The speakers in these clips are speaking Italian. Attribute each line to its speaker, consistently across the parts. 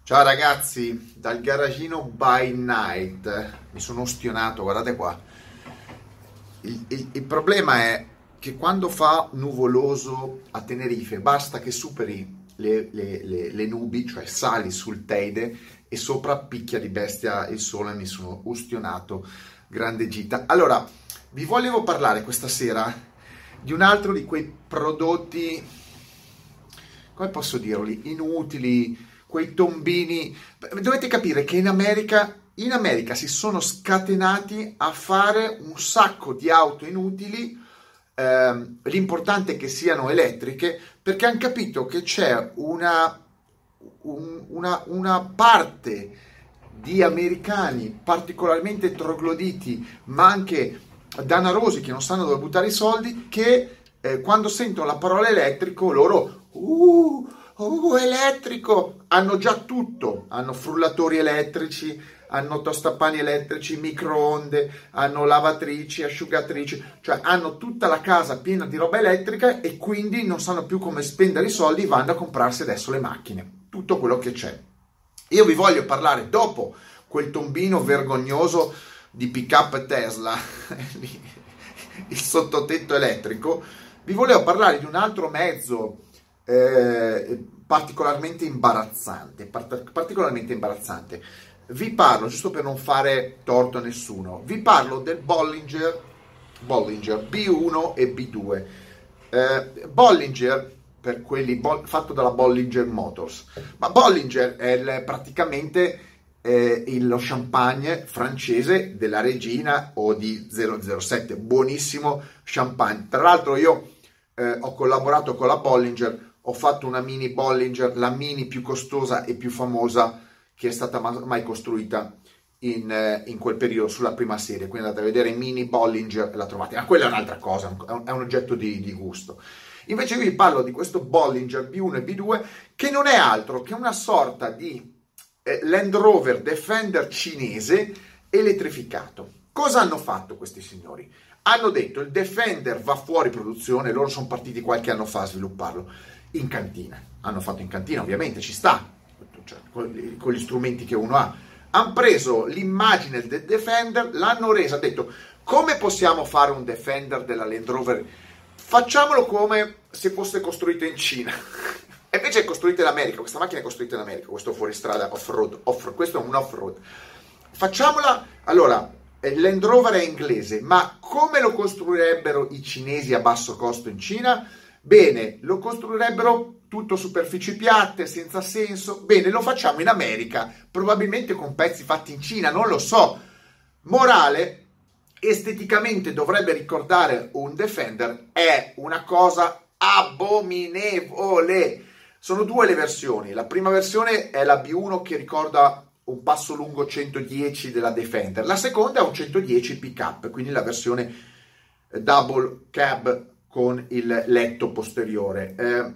Speaker 1: Ciao ragazzi, dal garagino by night. Mi sono ostionato, guardate qua. Il problema è che quando fa nuvoloso a Tenerife basta che superi le nubi, cioè sali sul Teide e sopra picchia di bestia il sole. Mi sono ustionato, grande gita. Allora, vi volevo parlare questa sera di un altro di quei prodotti, come posso dirli, inutili, quei tombini. Dovete capire che in America si sono scatenati a fare un sacco di auto inutili. L'importante è che siano elettriche, perché hanno capito che c'è una parte di americani particolarmente trogloditi, ma anche danarosi, che non sanno dove buttare i soldi, che quando sentono la parola elettrico loro elettrico, hanno già tutto, hanno frullatori elettrici, hanno tostapani elettrici, microonde, hanno lavatrici, asciugatrici, cioè hanno tutta la casa piena di roba elettrica e quindi non sanno più come spendere i soldi, vanno a comprarsi adesso le macchine, tutto quello che c'è. Io vi voglio parlare, dopo quel tombino vergognoso di pick-up Tesla, il sottotetto elettrico, vi volevo parlare di un altro mezzo particolarmente imbarazzante. Vi parlo, giusto per non fare torto a nessuno, vi parlo del Bollinger B1 e B2. Bollinger, per quelli fatto dalla Bollinger Motors, ma Bollinger è praticamente lo champagne francese della regina o di 007, buonissimo champagne. Tra l'altro io ho collaborato con la Bollinger, ho fatto una mini Bollinger, la mini più costosa e più famosa che è stata mai costruita in quel periodo, sulla prima serie. Quindi andate a vedere mini Bollinger e la trovate. Ma quella è un'altra cosa, è un oggetto di gusto. Invece vi parlo di questo Bollinger B1 e B2, che non è altro che una sorta di Land Rover Defender cinese elettrificato. Cosa hanno fatto questi signori? Hanno detto il Defender va fuori produzione, loro sono partiti qualche anno fa a svilupparlo in cantina. Hanno fatto in cantina, ovviamente ci sta, cioè, con gli strumenti che uno ha. Hanno preso l'immagine del Defender, l'hanno resa, ha detto come possiamo fare un Defender della Land Rover? Facciamolo come se fosse costruito in Cina. E invece è costruita in America, questa macchina è costruita in America, questo fuoristrada off-road, questo è un off-road. Facciamola, allora, il Land Rover è inglese, ma come lo costruirebbero i cinesi a basso costo in Cina? Bene, lo costruirebbero tutto superfici piatte, senza senso. Bene, lo facciamo in America, probabilmente con pezzi fatti in Cina, non lo so. Morale, esteticamente dovrebbe ricordare un Defender, è una cosa abominevole. Sono due le versioni. La prima versione è la B1 che ricorda un passo lungo 110 della Defender. La seconda è un 110 pick-up, quindi la versione double cab con il letto posteriore.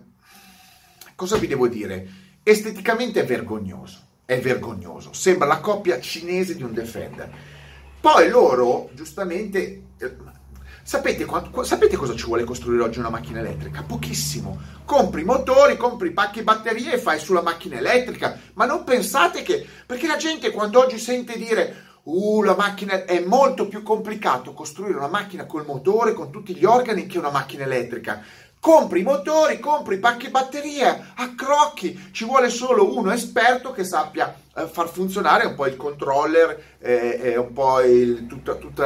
Speaker 1: Cosa vi devo dire? Esteticamente è vergognoso. Sembra la copia cinese di un Defender. Poi loro, giustamente... Sapete cosa ci vuole costruire oggi una macchina elettrica? Pochissimo. Compri i motori, compri i pacchi batterie e fai sulla macchina elettrica. Ma non pensate che... Perché la gente quando oggi sente dire la macchina è molto più complicato costruire una macchina col motore, con tutti gli organi, che una macchina elettrica. Compri i motori, compri i pacchi batteria, accrocchi, ci vuole solo uno esperto che sappia far funzionare un po' il controller, un po' il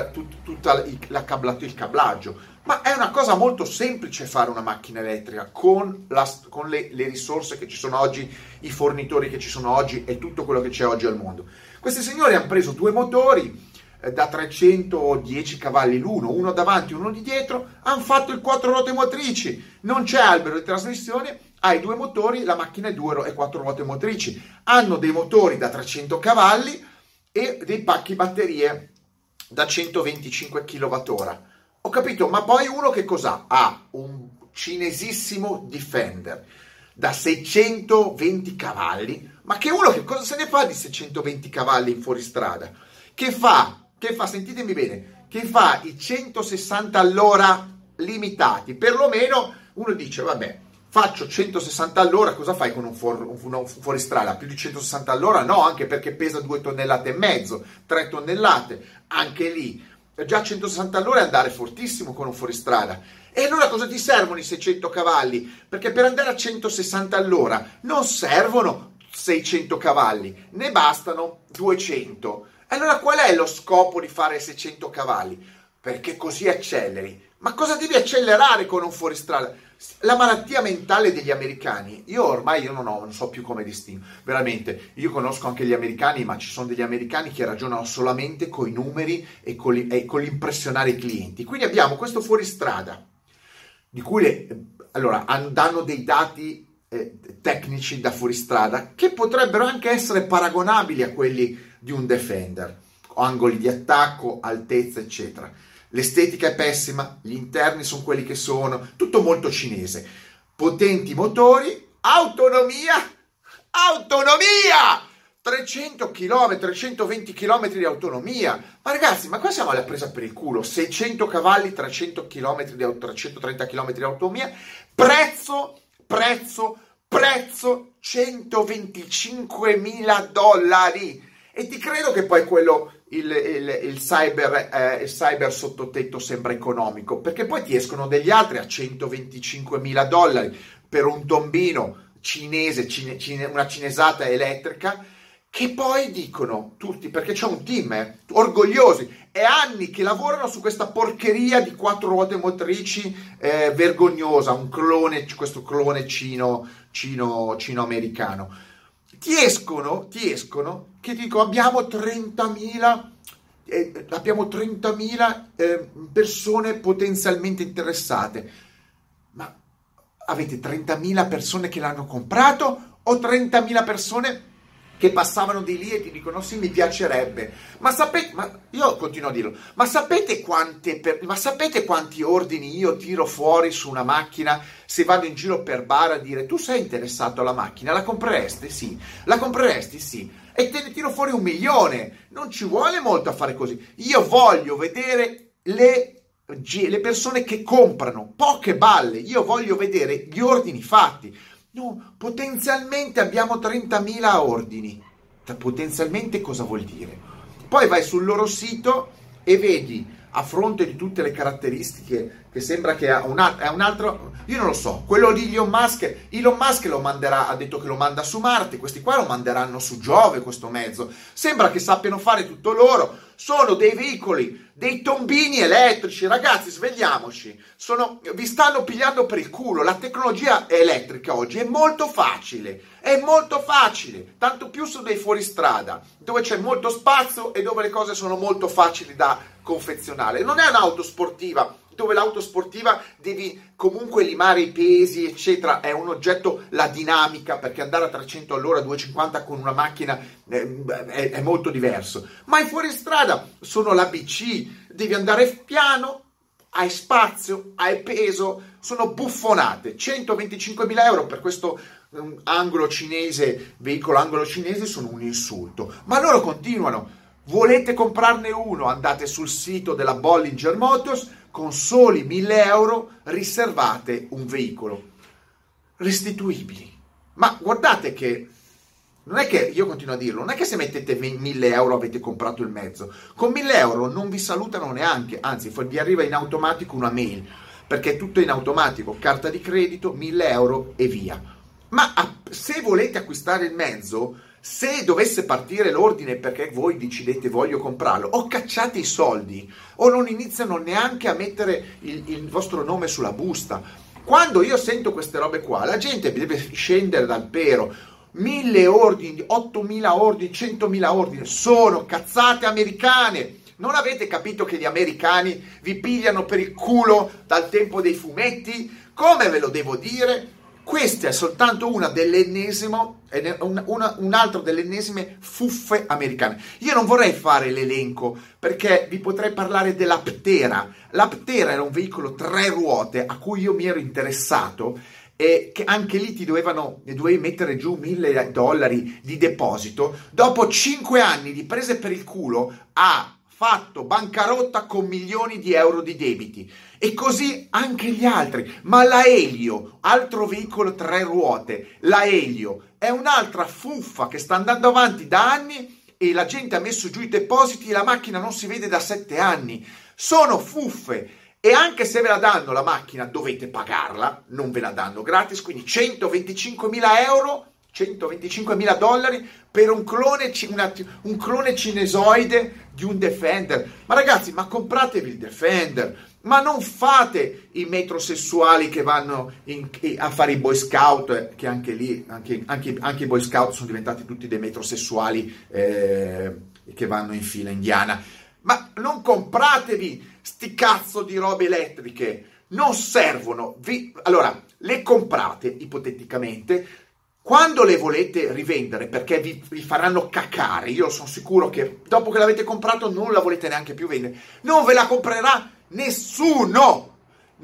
Speaker 1: cablaggio. Ma è una cosa molto semplice fare una macchina elettrica con le risorse che ci sono oggi, i fornitori che ci sono oggi e tutto quello che c'è oggi al mondo. Questi signori hanno preso due motori da 310 cavalli l'uno, uno davanti, uno di dietro, hanno fatto il quattro ruote motrici, non c'è albero di trasmissione, hai due motori, la macchina è due e quattro ruote motrici, hanno dei motori da 300 cavalli e dei pacchi batterie da 125 kWh. Ho capito, ma poi uno che cos'ha? Ha un cinesissimo Defender da 620 cavalli, ma che uno che cosa se ne fa di 620 cavalli in fuoristrada? Che fa, sentitemi bene, che fa i 160 all'ora limitati, perlomeno uno dice, vabbè, faccio 160 all'ora, cosa fai con un fuoristrada? Più di 160 all'ora? No, anche perché pesa 2 tonnellate e mezzo, 3 tonnellate, anche lì. Già 160 all'ora è andare fortissimo con un fuoristrada. E allora cosa ti servono i 600 cavalli? Perché per andare a 160 all'ora non servono 600 cavalli, ne bastano 200. Allora qual è lo scopo di fare 600 cavalli? Perché così acceleri. Ma cosa devi accelerare con un fuoristrada? La malattia mentale degli americani, io non so più come distinguere, veramente, io conosco anche gli americani, ma ci sono degli americani che ragionano solamente con i numeri e con l'impressionare i clienti. Quindi abbiamo questo fuoristrada, di cui allora danno dei dati tecnici da fuoristrada che potrebbero anche essere paragonabili a quelli di un Defender, angoli di attacco, altezza, eccetera. L'estetica è pessima, gli interni sono quelli che sono, tutto molto cinese. Potenti motori, autonomia! 300 km, 320 km di autonomia. Ma ragazzi, ma qua siamo alla presa per il culo. 600 cavalli, 300 km, 330 km di autonomia. Prezzo, $125.000. E ti credo che poi il cyber sottotetto sembra economico, perché poi ti escono degli altri a $125.000 per un tombino cinese, una cinesata elettrica, che poi dicono tutti, perché c'è un team orgogliosi, è anni che lavorano su questa porcheria di 4 ruote motrici vergognosa, questo clone cino-americano. Ti escono che dico abbiamo 30.000 persone potenzialmente interessate. Ma avete 30.000 persone che l'hanno comprato o 30.000 persone che passavano di lì e ti dicono sì, mi piacerebbe? Ma io continuo a dirlo, ma sapete quanti ordini io tiro fuori su una macchina se vado in giro per bar a dire tu sei interessato alla macchina, la compreresti? Sì. La compreresti? Sì. E te ne tiro fuori 1 milione, non ci vuole molto a fare così. Io voglio vedere le persone che comprano, poche balle, io voglio vedere gli ordini fatti. No, potenzialmente abbiamo 30.000 ordini. Potenzialmente cosa vuol dire? Poi vai sul loro sito e vedi, a fronte di tutte le caratteristiche, che sembra che ha un altro, io non lo so, quello di Elon Musk lo manderà, ha detto che lo manda su Marte, questi qua lo manderanno su Giove, questo mezzo. Sembra che sappiano fare tutto loro, sono dei veicoli, dei tombini elettrici, ragazzi, svegliamoci, vi stanno pigliando per il culo. La tecnologia elettrica oggi è molto facile, tanto più su dei fuoristrada, dove c'è molto spazio e dove le cose sono molto facili da confezionare. Non è un'auto sportiva, dove l'auto sportiva devi comunque limare i pesi, eccetera, è un oggetto, la dinamica, perché andare a 300 all'ora, 250 con una macchina è molto diverso. Ma i fuoristrada sono l'ABC, devi andare piano, hai spazio, hai peso, sono buffonate. 125.000 euro per questo veicolo angolo cinese sono un insulto. Ma loro continuano. Volete comprarne uno? Andate sul sito della Bollinger Motors, con soli 1.000 euro riservate un veicolo restituibili. Ma guardate che non è che, io continuo a dirlo, non è che se mettete 1.000 euro avete comprato il mezzo. Con 1.000 euro non vi salutano neanche, anzi vi arriva in automatico una mail, perché è tutto in automatico, carta di credito, 1.000 euro e via. Ma se volete acquistare il mezzo, se dovesse partire l'ordine perché voi decidete voglio comprarlo, o cacciate i soldi o non iniziano neanche a mettere il vostro nome sulla busta. Quando io sento queste robe qua, la gente deve scendere dal pero. 1.000 ordini, 8.000 ordini, 100.000 ordini, sono cazzate americane. Non avete capito che gli americani vi pigliano per il culo dal tempo dei fumetti? Come ve lo devo dire? Questa è soltanto una un'altra delle ennesime fuffe americane. Io non vorrei fare l'elenco perché vi potrei parlare dell'Aptera. L'Aptera era un veicolo 3 ruote a cui io mi ero interessato e che anche lì dovevi mettere giù $1.000 di deposito. Dopo 5 anni di prese per il culo a fatto bancarotta con milioni di euro di debiti, e così anche gli altri. Ma la Elio, altro veicolo 3 ruote, la Elio è un'altra fuffa che sta andando avanti da anni e la gente ha messo giù i depositi e la macchina non si vede da 7 anni. Sono fuffe, e anche se ve la danno la macchina dovete pagarla, non ve la danno gratis, quindi 125.000 euro, 125.000 dollari per un clone cinesoide di un Defender. Ma ragazzi, ma compratevi il Defender, ma non fate i metrosessuali che vanno a fare i Boy Scout, che anche lì, anche i Boy Scout sono diventati tutti dei metrosessuali che vanno in fila indiana. Ma non compratevi sti cazzo di robe elettriche, non servono. Allora, le comprate ipoteticamente quando le volete rivendere, perché vi faranno cacare. Io sono sicuro che dopo che l'avete comprato non la volete neanche più vendere. Non ve la comprerà nessuno.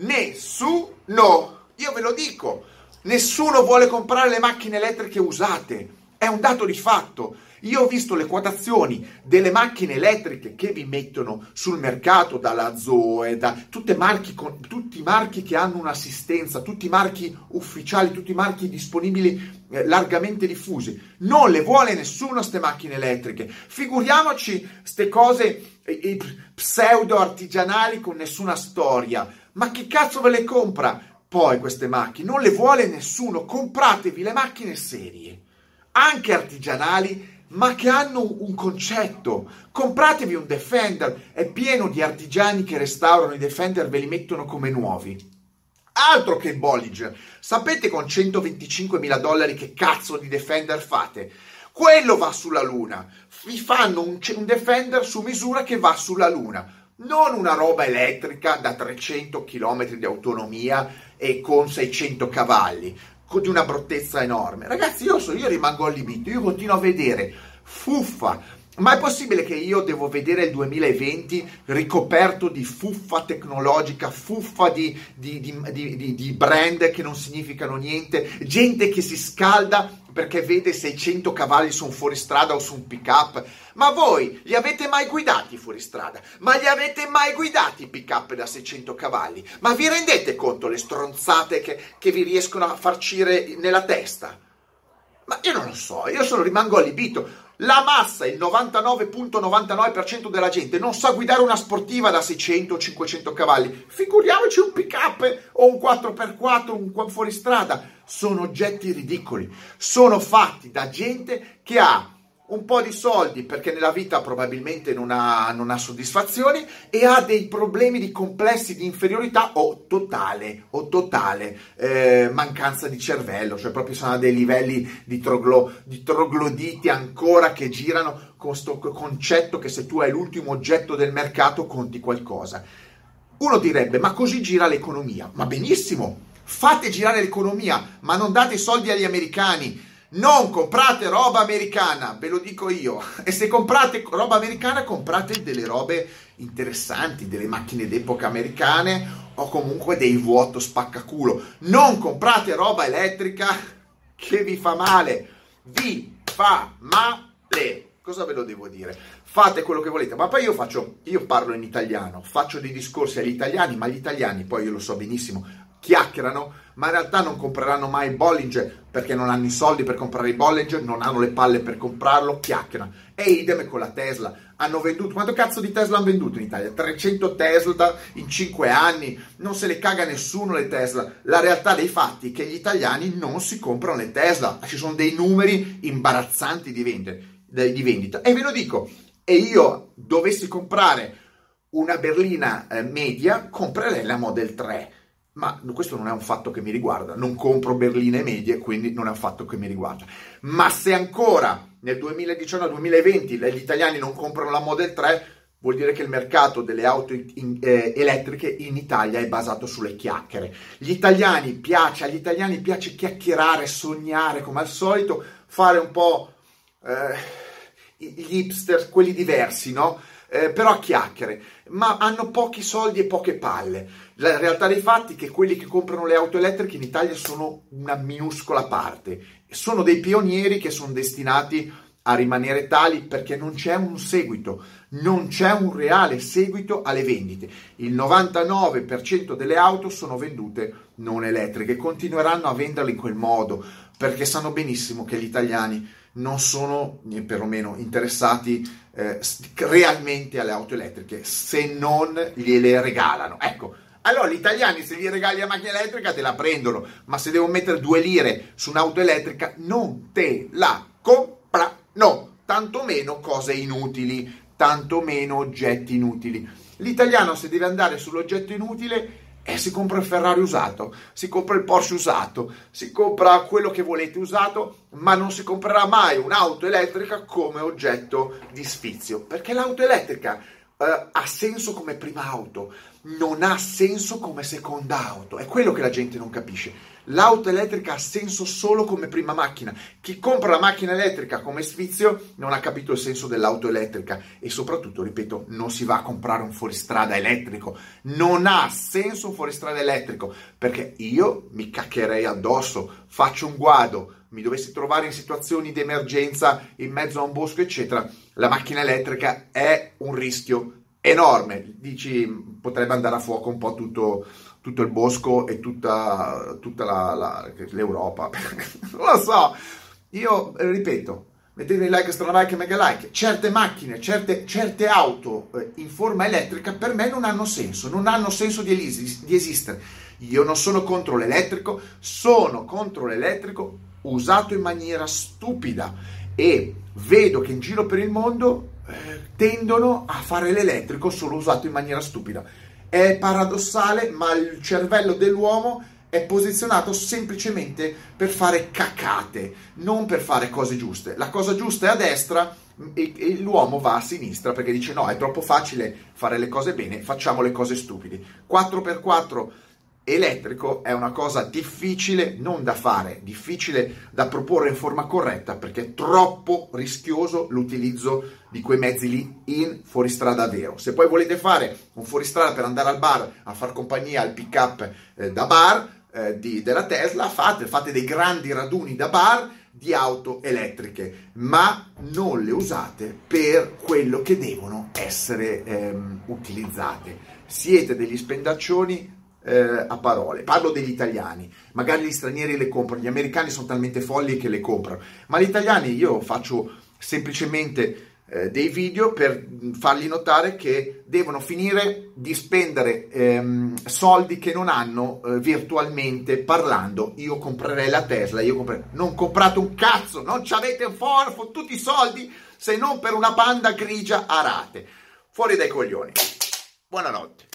Speaker 1: Nessuno. Io ve lo dico. Nessuno vuole comprare le macchine elettriche usate. È un dato di fatto. Io ho visto le quotazioni delle macchine elettriche che vi mettono sul mercato, dalla Zoe, da tutti i marchi che hanno un'assistenza, tutti i marchi ufficiali, tutti i marchi disponibili, largamente diffusi. Non le vuole nessuno ste macchine elettriche. Figuriamoci ste cose pseudo artigianali con nessuna storia. Ma chi cazzo ve le compra poi queste macchine? Non le vuole nessuno. Compratevi le macchine serie, anche artigianali, ma che hanno un concetto. Compratevi un Defender, è pieno di artigiani che restaurano i Defender, ve li mettono come nuovi. Altro che il Bollinger. Sapete con 125.000 dollari che cazzo di Defender fate? Quello va sulla Luna. Vi fanno un Defender su misura che va sulla Luna. Non una roba elettrica da 300 km di autonomia e con 600 cavalli. Di una bruttezza enorme. Ragazzi, io rimango allibito, io continuo a vedere fuffa. Ma è possibile che io devo vedere il 2020 ricoperto di fuffa tecnologica, fuffa di brand che non significano niente, gente che si scalda perché vede 600 cavalli su un fuoristrada o su un pick-up? Ma voi li avete mai guidati fuori strada? Ma li avete mai guidati i pick-up da 600 cavalli? Ma vi rendete conto le stronzate che vi riescono a farcire nella testa? Ma io non lo so, rimango allibito. La massa, il 99,99% della gente non sa guidare una sportiva da 600 o 500 cavalli. Figuriamoci un pick-up o un 4x4, un fuoristrada. Sono oggetti ridicoli. Sono fatti da gente che ha un po' di soldi perché nella vita probabilmente non ha soddisfazioni e ha dei problemi di complessi di inferiorità o totale mancanza di cervello, cioè proprio sono a dei livelli di trogloditi ancora che girano con questo concetto che se tu hai l'ultimo oggetto del mercato conti qualcosa. Uno direbbe, ma così gira l'economia. Ma benissimo, fate girare l'economia, ma non date i soldi agli americani. Non comprate roba americana, ve lo dico io. E se comprate roba americana, comprate delle robe interessanti, delle macchine d'epoca americane o comunque dei vuoto spaccaculo. Non comprate roba elettrica che vi fa male. Vi fa male. Cosa ve lo devo dire? Fate quello che volete. Ma poi io parlo in italiano, faccio dei discorsi agli italiani, ma gli italiani, poi io lo so benissimo, chiacchierano, ma in realtà non compreranno mai il Bollinger perché non hanno i soldi per comprare il Bollinger, non hanno le palle per comprarlo, chiacchierano. E idem con la Tesla. Hanno venduto, quanto cazzo di Tesla hanno venduto in Italia? 300 Tesla in 5 anni, non se le caga nessuno le Tesla. La realtà dei fatti è che gli italiani non si comprano le Tesla, ci sono dei numeri imbarazzanti di vendita. E ve lo dico, e io dovessi comprare una berlina media, comprerei la Model 3. Ma questo non è un fatto che mi riguarda, non compro berline medie, quindi non è un fatto che mi riguarda. Ma se ancora nel 2019-2020 gli italiani non comprano la Model 3, vuol dire che il mercato delle auto elettriche in Italia è basato sulle chiacchiere. Agli italiani piace chiacchierare, sognare, come al solito, fare un po' gli hipster, quelli diversi, no? Però a chiacchiere, ma hanno pochi soldi e poche palle. La realtà dei fatti è che quelli che comprano le auto elettriche in Italia sono una minuscola parte, sono dei pionieri che sono destinati a rimanere tali perché non c'è un seguito, non c'è un reale seguito alle vendite. Il 99% delle auto sono vendute non elettriche, continueranno a venderle in quel modo perché sanno benissimo che gli italiani non sono perlomeno interessati realmente alle auto elettriche, se non gliele regalano. Ecco, allora gli italiani, se gli regali la macchina elettrica te la prendono, ma se devo mettere 2 lire su un'auto elettrica non te la comprano, tantomeno cose inutili, tantomeno oggetti inutili. L'italiano, se deve andare sull'oggetto inutile, si compra il Ferrari usato, si compra il Porsche usato, si compra quello che volete usato, ma non si comprerà mai un'auto elettrica come oggetto di sfizio, perché l'auto elettrica ha senso come prima auto, non ha senso come seconda auto. È quello che la gente non capisce. L'auto elettrica ha senso solo come prima macchina. Chi compra la macchina elettrica come sfizio non ha capito il senso dell'auto elettrica e soprattutto, ripeto, non si va a comprare un fuoristrada elettrico. Non ha senso un fuoristrada elettrico, perché io mi caccherei addosso, faccio un guado, mi dovessi trovare in situazioni di emergenza in mezzo a un bosco eccetera, la macchina elettrica è un rischio enorme. Dici, potrebbe andare a fuoco un po' tutto il bosco e tutta l'Europa. Non lo so, io ripeto, mettete like, strana like e mega like. Certe macchine, certe auto in forma elettrica per me non hanno senso di esistere. Io non sono contro l'elettrico, sono contro l'elettrico usato in maniera stupida e vedo che in giro per il mondo tendono a fare l'elettrico solo usato in maniera stupida. È paradossale, ma il cervello dell'uomo è posizionato semplicemente per fare cacate, non per fare cose giuste. La cosa giusta è a destra e l'uomo va a sinistra perché dice no, è troppo facile fare le cose bene, facciamo le cose stupide. 4x4 elettrico è una cosa difficile non da fare, difficile da proporre in forma corretta perché è troppo rischioso l'utilizzo di quei mezzi lì in fuoristrada vero. Se poi volete fare un fuoristrada per andare al bar a far compagnia al pick up da bar della Tesla, fate dei grandi raduni da bar di auto elettriche, ma non le usate per quello che devono essere utilizzate. Siete degli spendaccioni a parole. Parlo degli italiani, magari gli stranieri le comprano, gli americani sono talmente folli che le comprano, ma gli italiani, io faccio semplicemente dei video per fargli notare che devono finire di spendere soldi che non hanno virtualmente parlando. Io comprerei la Tesla, non comprate un cazzo, non ci avete tutti i soldi se non per una Panda grigia a rate. Fuori dai coglioni. Buonanotte.